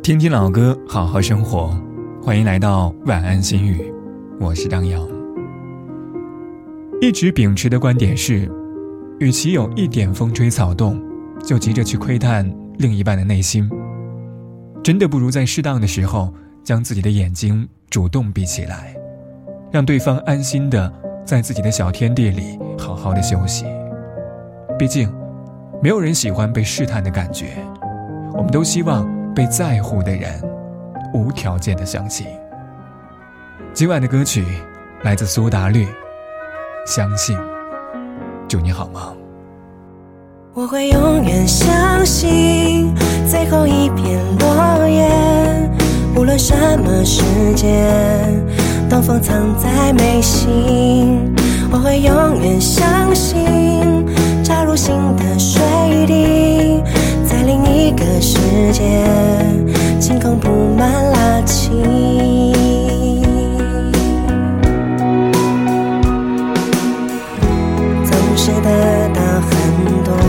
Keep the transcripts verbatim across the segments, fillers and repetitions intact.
听听老歌，好好生活。欢迎来到晚安心语，我是张扬。一直秉持的观点是，与其有一点风吹草动就急着去窥探另一半的内心，真的不如在适当的时候将自己的眼睛主动闭起来，让对方安心的在自己的小天地里好好的休息。毕竟没有人喜欢被试探的感觉，我们都希望被在乎的人无条件的相信。今晚的歌曲来自苏打绿，相信。祝你好梦。 我会永远相信最后一片落叶，无论什么时间，东风藏在眉心。我会永远相信插入心的水滴，在另一个世界，晴空布满拉青。总是得到很多，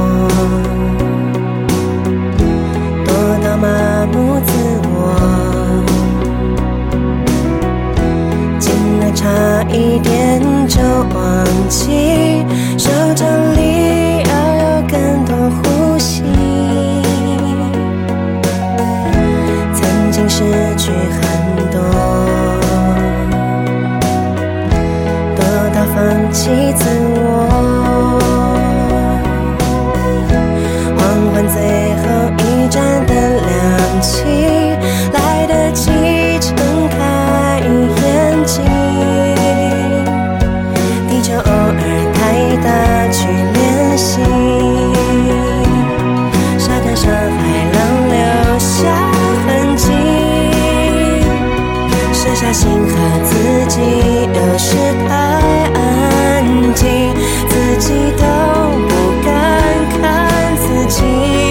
多到麻木自我，近了差一点就忘记，手掌里要有更多呼吸。曾经失去很多，多到放弃自我，黄昏最后一盏灯亮起，来得及睁开眼睛。地球偶尔太大去练习，沙滩上海浪留下痕迹，剩下心和自己，有时太安静，自己都不敢看自己。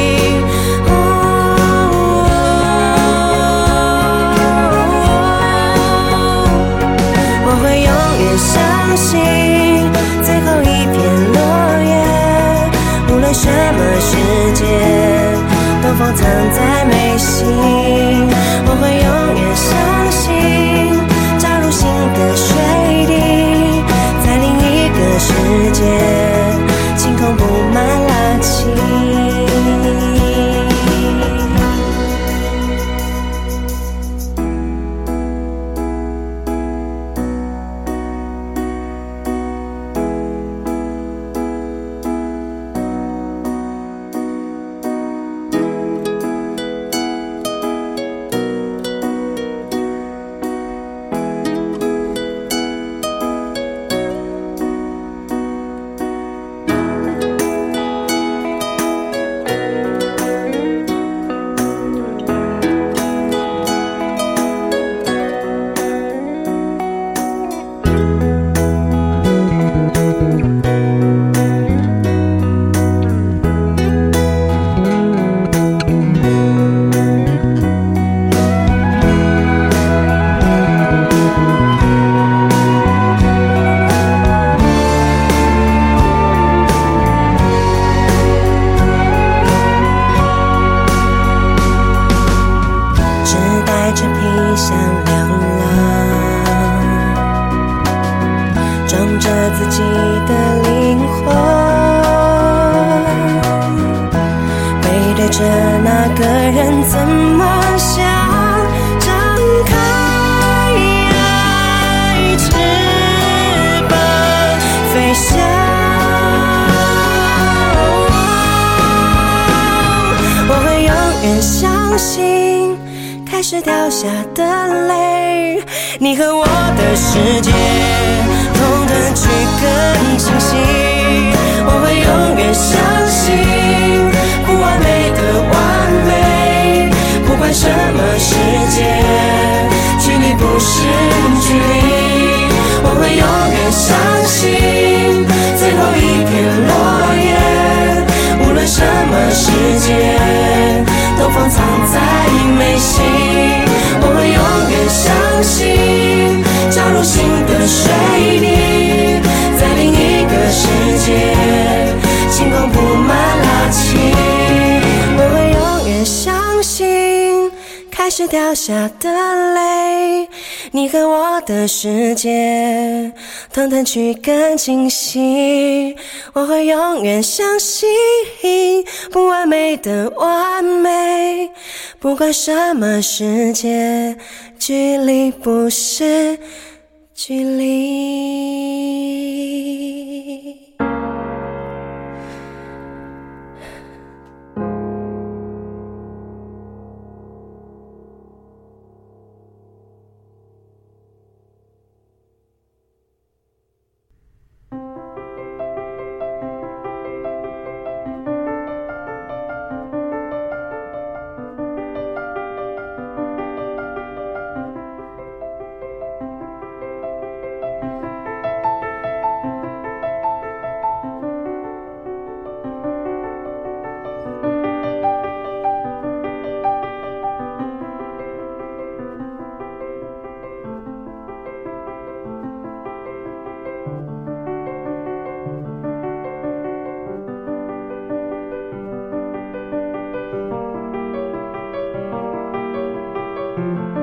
我会永远相信最后一片落叶，无论什么时间，东风藏在眉心。我会永远相信插入心的水滴，在另一个世界，晴空布满拉青。装着自己的灵魂，背对着那个人怎么想张开翅膀飞翔。我会永远相信开始掉下的泪，你和我的世界同等去更清晰。我会永远相信不完美的完美，不管什么世界，距离不是距离。我会永远相信最后一片落叶，无论什么世界，东风藏在眉心。我会永远相信插入心的水滴，在另一个世界，晴空布满拉青。我会永远相信开始掉下的泪，你和我的世界同等去更清晰。我会永远相信不完美的完美，不管什么世界，距离不是距离。 嗯。